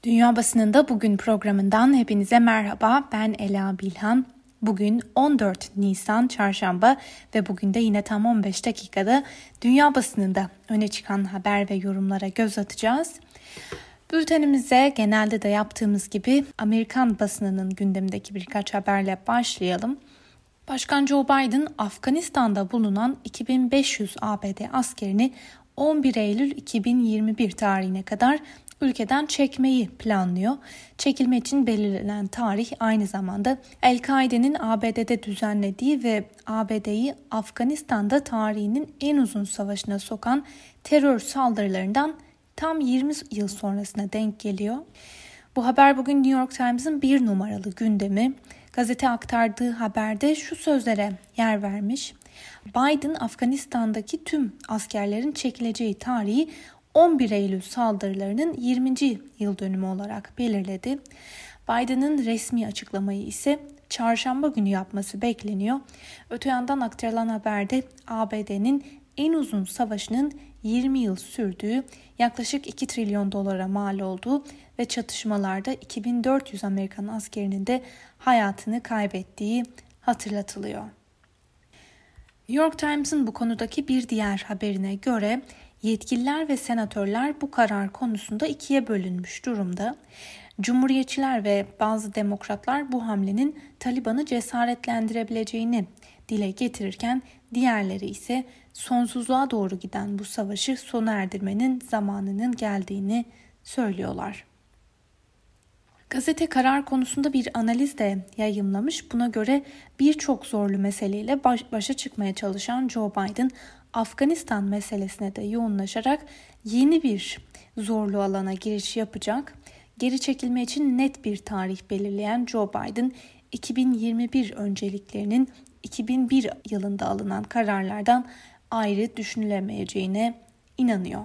Dünya Basınında Bugün programından hepinize merhaba. Ben Ela Bilhan. Bugün 14 Nisan Çarşamba ve bugün de yine tam 15 dakikada Dünya Basınında öne çıkan haber ve yorumlara göz atacağız. Bültenimize genelde de yaptığımız gibi Amerikan basınının gündemindeki birkaç haberle başlayalım. Başkan Joe Biden, Afganistan'da bulunan 2500 ABD askerini 11 Eylül 2021 tarihine kadar ülkeden çekmeyi planlıyor. Çekilme için belirlenen tarih aynı zamanda El-Kaide'nin ABD'de düzenlediği ve ABD'yi Afganistan'da tarihinin en uzun savaşına sokan terör saldırılarından tam 20 yıl sonrasına denk geliyor. Bu haber bugün New York Times'ın bir numaralı gündemi. Gazete aktardığı haberde şu sözlere yer vermiş. Biden, Afganistan'daki tüm askerlerin çekileceği tarihi 11 Eylül saldırılarının 20. yıl dönümü olarak belirledi. Biden'ın resmi açıklamayı ise çarşamba günü yapması bekleniyor. Öte yandan aktarılan haberde ABD'nin en uzun savaşının 20 yıl sürdüğü, yaklaşık 2 trilyon dolara mal olduğu ve çatışmalarda 2400 Amerikan askerinin de hayatını kaybettiği hatırlatılıyor. New York Times'ın bu konudaki bir diğer haberine göre yetkililer ve senatörler bu karar konusunda ikiye bölünmüş durumda. Cumhuriyetçiler ve bazı demokratlar bu hamlenin Taliban'ı cesaretlendirebileceğini dile getirirken diğerleri ise sonsuzluğa doğru giden bu savaşı sona erdirmenin zamanının geldiğini söylüyorlar. Gazete karar konusunda bir analiz de yayımlamış. Buna göre birçok zorlu meseleyle başa çıkmaya çalışan Joe Biden, Afganistan meselesine de yoğunlaşarak yeni bir zorlu alana giriş yapacak. Geri çekilme için net bir tarih belirleyen Joe Biden, 2021 önceliklerinin 2001 yılında alınan kararlardan ayrı düşünülemeyeceğine inanıyor.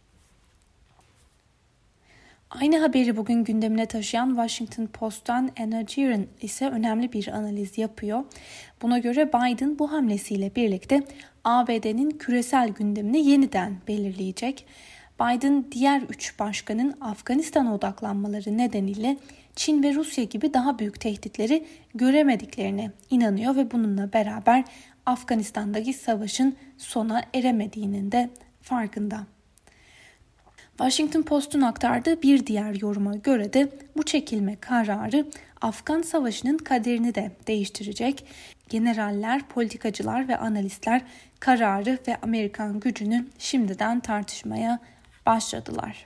Aynı haberi bugün gündemine taşıyan Washington Post'tan Anna Giron ise önemli bir analiz yapıyor. Buna göre Biden bu hamlesiyle birlikte ABD'nin küresel gündemini yeniden belirleyecek. Biden diğer 3 başkanın Afganistan'a odaklanmaları nedeniyle Çin ve Rusya gibi daha büyük tehditleri göremediklerine inanıyor ve bununla beraber Afganistan'daki savaşın sona eremediğinin de farkında. Washington Post'un aktardığı bir diğer yoruma göre de bu çekilme kararı Afgan Savaşı'nın kaderini de değiştirecek. Generaller, politikacılar ve analistler kararı ve Amerikan gücünü şimdiden tartışmaya başladılar.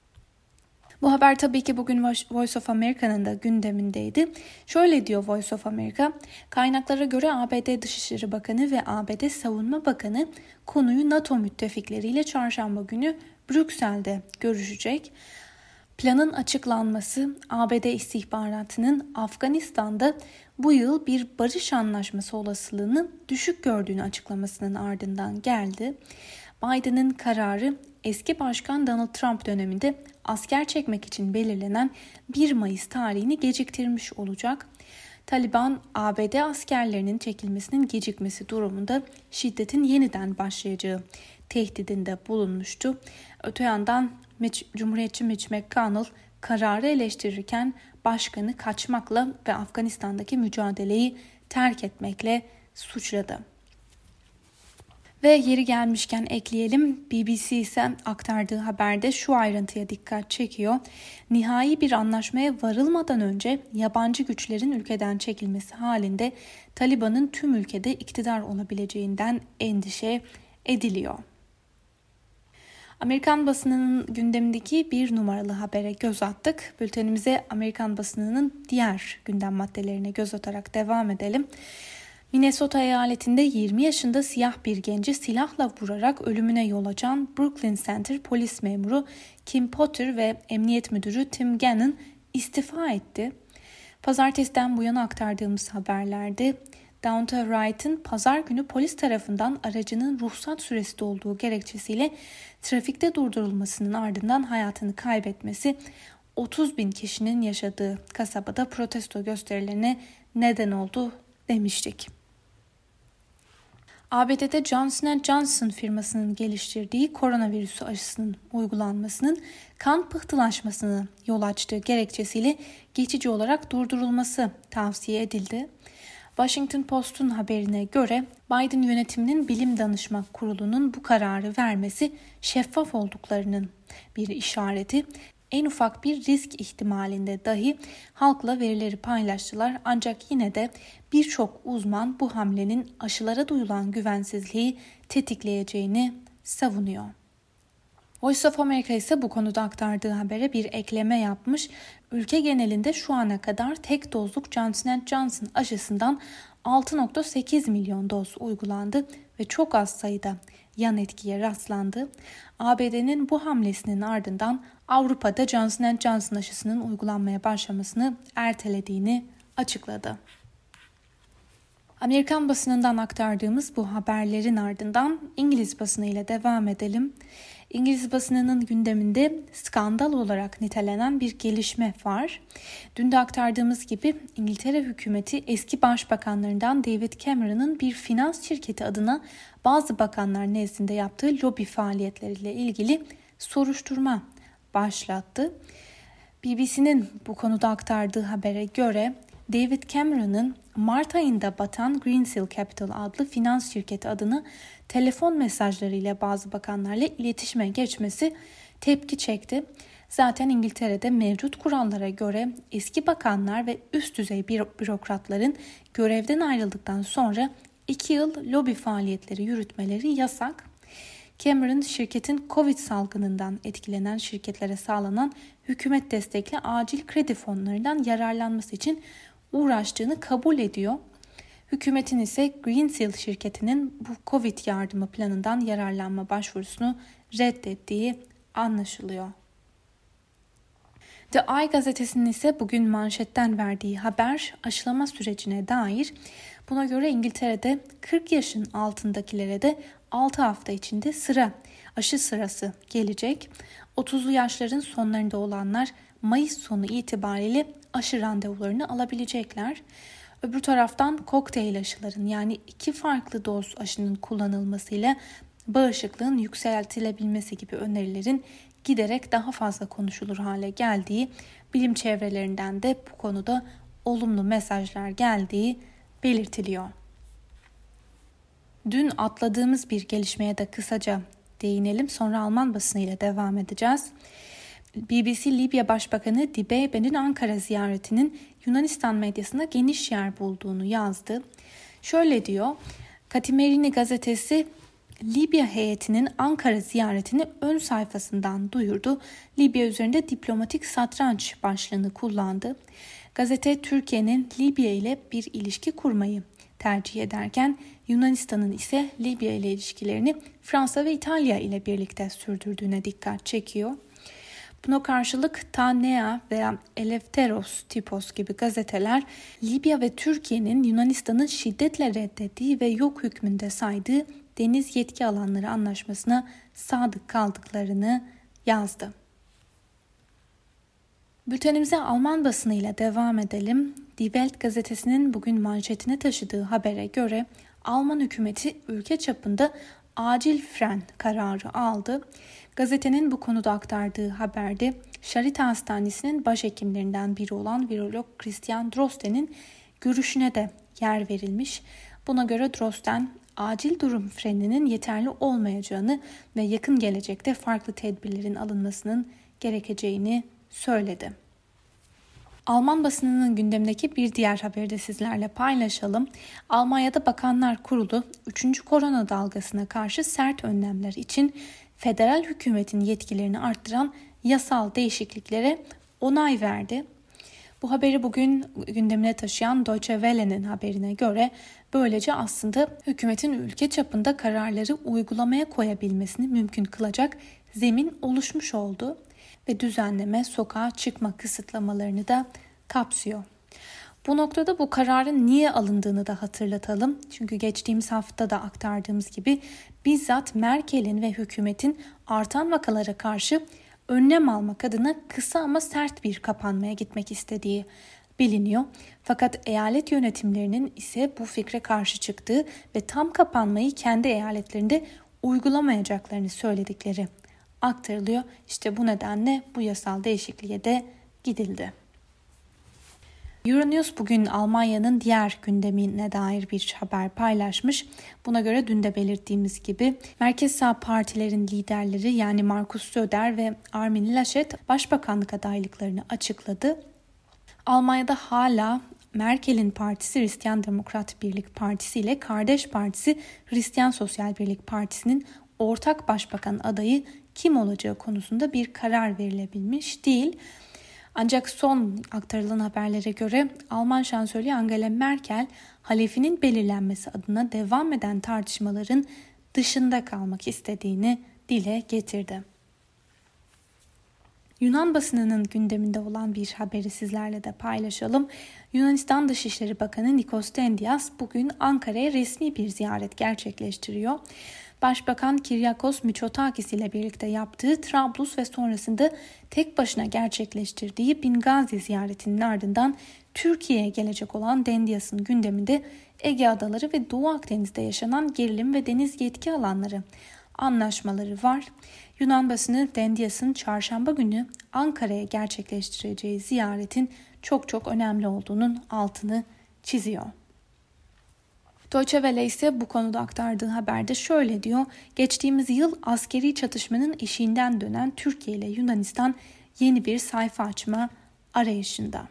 Bu haber tabii ki bugün Voice of America'nın da gündemindeydi. Şöyle diyor Voice of America, kaynaklara göre ABD Dışişleri Bakanı ve ABD Savunma Bakanı konuyu NATO müttefikleriyle çarşamba günü Brüksel'de görüşecek. Planın açıklanması ABD istihbaratının Afganistan'da bu yıl bir barış anlaşması olasılığını düşük gördüğünü açıklamasının ardından geldi. Biden'ın kararı eski başkan Donald Trump döneminde asker çekmek için belirlenen 1 Mayıs tarihini geciktirmiş olacak. Taliban, ABD askerlerinin çekilmesinin gecikmesi durumunda şiddetin yeniden başlayacağı tehdidinde bulunmuştu. Öte yandan Cumhuriyetçi Mitch McConnell kararı eleştirirken başkanı kaçmakla ve Afganistan'daki mücadeleyi terk etmekle suçladı. Ve yeri gelmişken ekleyelim, BBC ise aktardığı haberde şu ayrıntıya dikkat çekiyor. Nihai bir anlaşmaya varılmadan önce yabancı güçlerin ülkeden çekilmesi halinde Taliban'ın tüm ülkede iktidar olabileceğinden endişe ediliyor. Amerikan basınının gündemindeki bir numaralı habere göz attık. Bültenimize Amerikan basınının diğer gündem maddelerine göz atarak devam edelim. Minnesota eyaletinde 20 yaşında siyah bir genci silahla vurarak ölümüne yol açan Brooklyn Center polis memuru Kim Potter ve emniyet müdürü Tim Gannon istifa etti. Pazartesiden bu yana aktardığımız haberlerde Daunte Wright'ın pazar günü polis tarafından aracının ruhsat süresi dolduğu gerekçesiyle trafikte durdurulmasının ardından hayatını kaybetmesi 30 bin kişinin yaşadığı kasabada protesto gösterilerine neden oldu demiştik. ABD'de Johnson & Johnson firmasının geliştirdiği koronavirüs aşısının uygulanmasının kan pıhtılaşmasına yol açtığı gerekçesiyle geçici olarak durdurulması tavsiye edildi. Washington Post'un haberine göre Biden yönetiminin Bilim Danışma Kurulu'nun bu kararı vermesi şeffaf olduklarının bir işareti. En ufak bir risk ihtimalinde dahi halkla verileri paylaştılar, ancak yine de birçok uzman bu hamlenin aşılara duyulan güvensizliği tetikleyeceğini savunuyor. Voice of America ise bu konuda aktardığı habere bir ekleme yapmış. Ülke genelinde şu ana kadar tek dozluk Johnson & Johnson aşısından 6,8 milyon doz uygulandı ve çok az sayıda yan etkiye rastlandı. ABD'nin bu hamlesinin ardından Avrupa'da Johnson & Johnson aşısının uygulanmaya başlamasını ertelediğini açıkladı. Amerikan basınından aktardığımız bu haberlerin ardından İngiliz basını ile devam edelim. İngiliz basınının gündeminde skandal olarak nitelenen bir gelişme var. Dün de aktardığımız gibi İngiltere hükümeti eski başbakanlarından David Cameron'ın bir finans şirketi adına bazı bakanlar nezdinde yaptığı lobi faaliyetleriyle ilgili soruşturma başlattı. BBC'nin bu konuda aktardığı habere göre David Cameron'ın Mart ayında batan Greensill Capital adlı finans şirketi adına telefon mesajlarıyla bazı bakanlarla iletişime geçmesi tepki çekti. Zaten İngiltere'de mevcut kurallara göre eski bakanlar ve üst düzey bürokratların görevden ayrıldıktan sonra 2 yıl lobi faaliyetleri yürütmeleri yasak. Cameron, şirketin Covid salgınından etkilenen şirketlere sağlanan hükümet destekli acil kredi fonlarından yararlanması için uğraştığını kabul ediyor. Hükümetin ise Greensill şirketinin bu Covid yardımı planından yararlanma başvurusunu reddettiği anlaşılıyor. The Eye gazetesinin ise bugün manşetten verdiği haber aşılama sürecine dair. Buna göre İngiltere'de 40 yaşın altındakilere de 6 hafta içinde aşı sırası gelecek. 30'lu yaşların sonlarında olanlar Mayıs sonu itibariyle aşı randevularını alabilecekler. Öbür taraftan kokteyl aşıların, yani 2 farklı doz aşının kullanılmasıyla bağışıklığın yükseltilebilmesi gibi önerilerin giderek daha fazla konuşulur hale geldiği, bilim çevrelerinden de bu konuda olumlu mesajlar geldiği belirtiliyor. Dün atladığımız bir gelişmeye de kısaca değinelim, sonra Alman basınıyla devam edeceğiz. BBC Libya Başbakanı Dibeibe'nin Ankara ziyaretinin Yunanistan medyasında geniş yer bulduğunu yazdı. Şöyle diyor, Katimerini gazetesi Libya heyetinin Ankara ziyaretini ön sayfasından duyurdu. Libya üzerinde diplomatik satranç başlığını kullandı. Gazete Türkiye'nin Libya ile bir ilişki kurmayı tercih ederken Yunanistan'ın ise Libya ile ilişkilerini Fransa ve İtalya ile birlikte sürdürdüğüne dikkat çekiyor. Buna karşılık Tanea veya Eleftheros Tipos gibi gazeteler Libya ve Türkiye'nin Yunanistan'ın şiddetle reddettiği ve yok hükmünde saydığı deniz yetki alanları anlaşmasına sadık kaldıklarını yazdı. Bültenimize Alman basınıyla devam edelim. Die Welt gazetesinin bugün manşetine taşıdığı habere göre Alman hükümeti ülke çapında acil fren kararı aldı. Gazetenin bu konuda aktardığı haberde Charité Hastanesi'nin başhekimlerinden biri olan virolog Christian Drosten'in görüşüne de yer verilmiş. Buna göre Drosten, acil durum freninin yeterli olmayacağını ve yakın gelecekte farklı tedbirlerin alınmasının gerekeceğini söyledi. Alman basınının gündemindeki bir diğer haberi de sizlerle paylaşalım. Almanya'da Bakanlar Kurulu 3. korona dalgasına karşı sert önlemler için federal hükümetin yetkilerini arttıran yasal değişikliklere onay verdi. Bu haberi bugün gündemine taşıyan Deutsche Welle'nin haberine göre böylece aslında hükümetin ülke çapında kararları uygulamaya koyabilmesini mümkün kılacak zemin oluşmuş oldu ve düzenleme sokağa çıkma kısıtlamalarını da kapsıyor. Bu noktada bu kararın niye alındığını da hatırlatalım. Çünkü geçtiğimiz hafta da aktardığımız gibi bizzat Merkel'in ve hükümetin artan vakalara karşı önlem almak adına kısa ama sert bir kapanmaya gitmek istediği biliniyor. Fakat eyalet yönetimlerinin ise bu fikre karşı çıktığı ve tam kapanmayı kendi eyaletlerinde uygulamayacaklarını söyledikleri aktarılıyor. İşte bu nedenle bu yasal değişikliğe de gidildi. Euronews bugün Almanya'nın diğer gündemine dair bir haber paylaşmış. Buna göre dün de belirttiğimiz gibi merkez sağ partilerin liderleri yani Markus Söder ve Armin Laschet başbakanlık adaylıklarını açıkladı. Almanya'da hala Merkel'in partisi Hristiyan Demokrat Birlik Partisi ile kardeş partisi Hristiyan Sosyal Birlik Partisi'nin ortak başbakan adayı kim olacağı konusunda bir karar verilebilmiş değil. Ancak son aktarılan haberlere göre Alman şansölye Angela Merkel, halefinin belirlenmesi adına devam eden tartışmaların dışında kalmak istediğini dile getirdi. Yunan basınının gündeminde olan bir haberi sizlerle de paylaşalım. Yunanistan Dışişleri Bakanı Nikos Dendias bugün Ankara'ya resmi bir ziyaret gerçekleştiriyor. Başbakan Kyriakos Mitsotakis ile birlikte yaptığı Trablus ve sonrasında tek başına gerçekleştirdiği Bingazi ziyaretinin ardından Türkiye'ye gelecek olan Dendias'ın gündeminde Ege Adaları ve Doğu Akdeniz'de yaşanan gerilim ve deniz yetki alanları anlaşmaları var. Yunan basını Dendias'ın çarşamba günü Ankara'ya gerçekleştireceği ziyaretin çok önemli olduğunun altını çiziyor. Deutsche Welle ise bu konuda aktardığı haberde şöyle diyor. Geçtiğimiz yıl askeri çatışmanın eşiğinden dönen Türkiye ile Yunanistan yeni bir sayfa açma arayışında.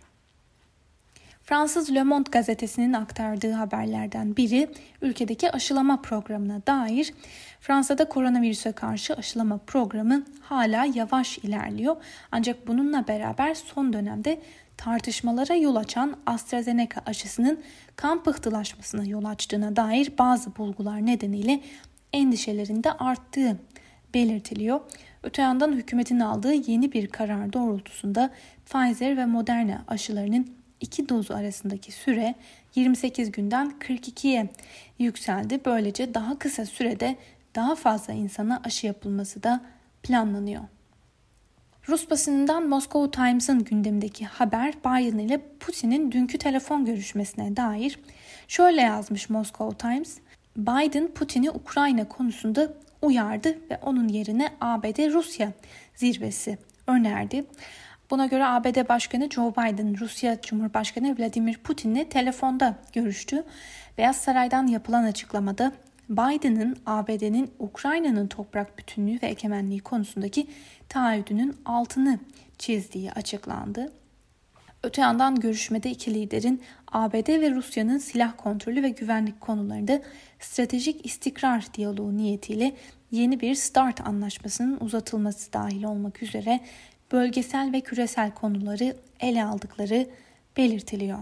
Fransız Le Monde gazetesinin aktardığı haberlerden biri ülkedeki aşılama programına dair. Fransa'da koronavirüse karşı aşılama programı hala yavaş ilerliyor. Ancak bununla beraber son dönemde tartışmalara yol açan AstraZeneca aşısının kan pıhtılaşmasına yol açtığına dair bazı bulgular nedeniyle endişelerin de arttığı belirtiliyor. Öte yandan hükümetin aldığı yeni bir karar doğrultusunda Pfizer ve Moderna aşılarının 2 dozu arasındaki süre 28 günden 42'ye yükseldi. Böylece daha kısa sürede daha fazla insana aşı yapılması da planlanıyor. Rus basınından Moscow Times'ın gündemindeki haber Biden ile Putin'in dünkü telefon görüşmesine dair. Şöyle yazmış Moscow Times: Biden Putin'i Ukrayna konusunda uyardı ve onun yerine ABD-Rusya zirvesi önerdi. Buna göre ABD Başkanı Joe Biden, Rusya Cumhurbaşkanı Vladimir Putin'le telefonda görüştü. Beyaz Saray'dan yapılan açıklamada Biden'ın ABD'nin Ukrayna'nın toprak bütünlüğü ve egemenliği konusundaki taahhüdünün altını çizdiği açıklandı. Öte yandan görüşmede iki liderin ABD ve Rusya'nın silah kontrolü ve güvenlik konularında stratejik istikrar diyaloğu niyetiyle yeni bir START anlaşmasının uzatılması dahil olmak üzere bölgesel ve küresel konuları ele aldıkları belirtiliyor.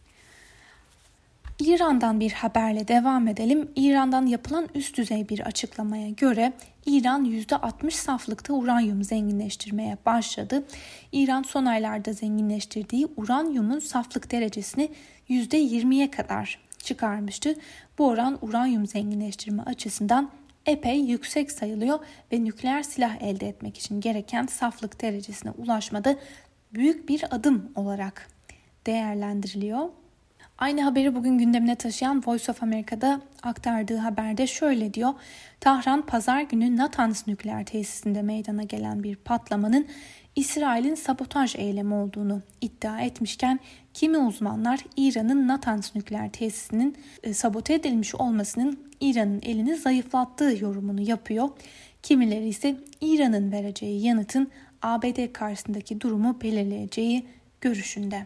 İran'dan bir haberle devam edelim. İran'dan yapılan üst düzey bir açıklamaya göre İran %60 saflıkta uranyum zenginleştirmeye başladı. İran son aylarda zenginleştirdiği uranyumun saflık derecesini %20'ye kadar çıkarmıştı. Bu oran uranyum zenginleştirme açısından epey yüksek sayılıyor ve nükleer silah elde etmek için gereken saflık derecesine ulaşmada büyük bir adım olarak değerlendiriliyor. Aynı haberi bugün gündemine taşıyan Voice of America'da aktardığı haberde şöyle diyor. Tahran pazar günü Natanz nükleer tesisinde meydana gelen bir patlamanın İsrail'in sabotaj eylemi olduğunu iddia etmişken kimi uzmanlar İran'ın Natanz nükleer tesisinin sabote edilmiş olmasının İran'ın elini zayıflattığı yorumunu yapıyor. Kimileri ise İran'ın vereceği yanıtın ABD karşısındaki durumu belirleyeceği görüşünde.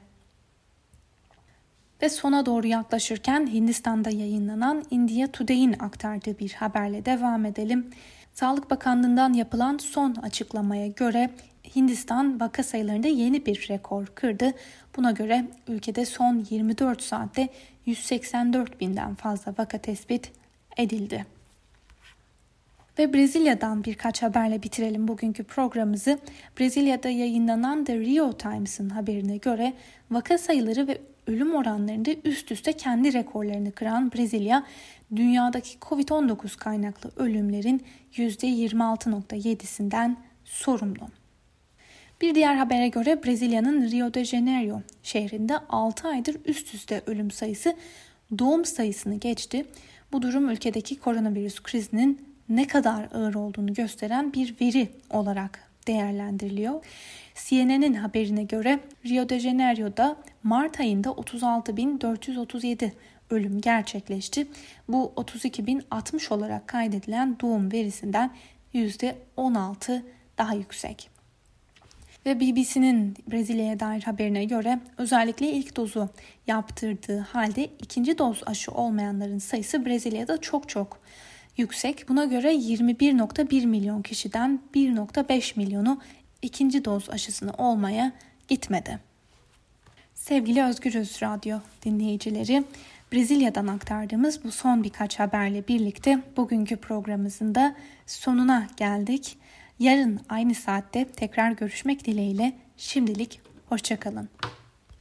Ve sona doğru yaklaşırken Hindistan'da yayınlanan India Today'in aktardığı bir haberle devam edelim. Sağlık Bakanlığı'ndan yapılan son açıklamaya göre Hindistan vaka sayılarında yeni bir rekor kırdı. Buna göre ülkede son 24 saatte 184 binden fazla vaka tespit edildi. Ve Brezilya'dan birkaç haberle bitirelim bugünkü programımızı. Brezilya'da yayınlanan The Rio Times'ın haberine göre vaka sayıları ve ölüm oranlarında üst üste kendi rekorlarını kıran Brezilya, dünyadaki Covid-19 kaynaklı ölümlerin %26.7'sinden sorumlu. Bir diğer habere göre Brezilya'nın Rio de Janeiro şehrinde 6 aydır üst üste ölüm sayısı doğum sayısını geçti. Bu durum ülkedeki koronavirüs krizinin ne kadar ağır olduğunu gösteren bir veri olarak değerlendiriliyor. CNN'in haberine göre Rio de Janeiro'da Mart ayında 36.437 ölüm gerçekleşti. Bu 32.060 olarak kaydedilen doğum verisinden %16 daha yüksek. Ve BBC'nin Brezilya'ya dair haberine göre özellikle ilk dozu yaptırdığı halde ikinci doz aşı olmayanların sayısı Brezilya'da çok yüksek. Buna göre 21.1 milyon kişiden 1.5 milyonu ikinci doz aşısını olmaya gitmedi. Sevgili Özgürüz Radyo dinleyicileri, Brezilya'dan aktardığımız bu son birkaç haberle birlikte bugünkü programımızın da sonuna geldik. Yarın aynı saatte tekrar görüşmek dileğiyle şimdilik hoşça kalın.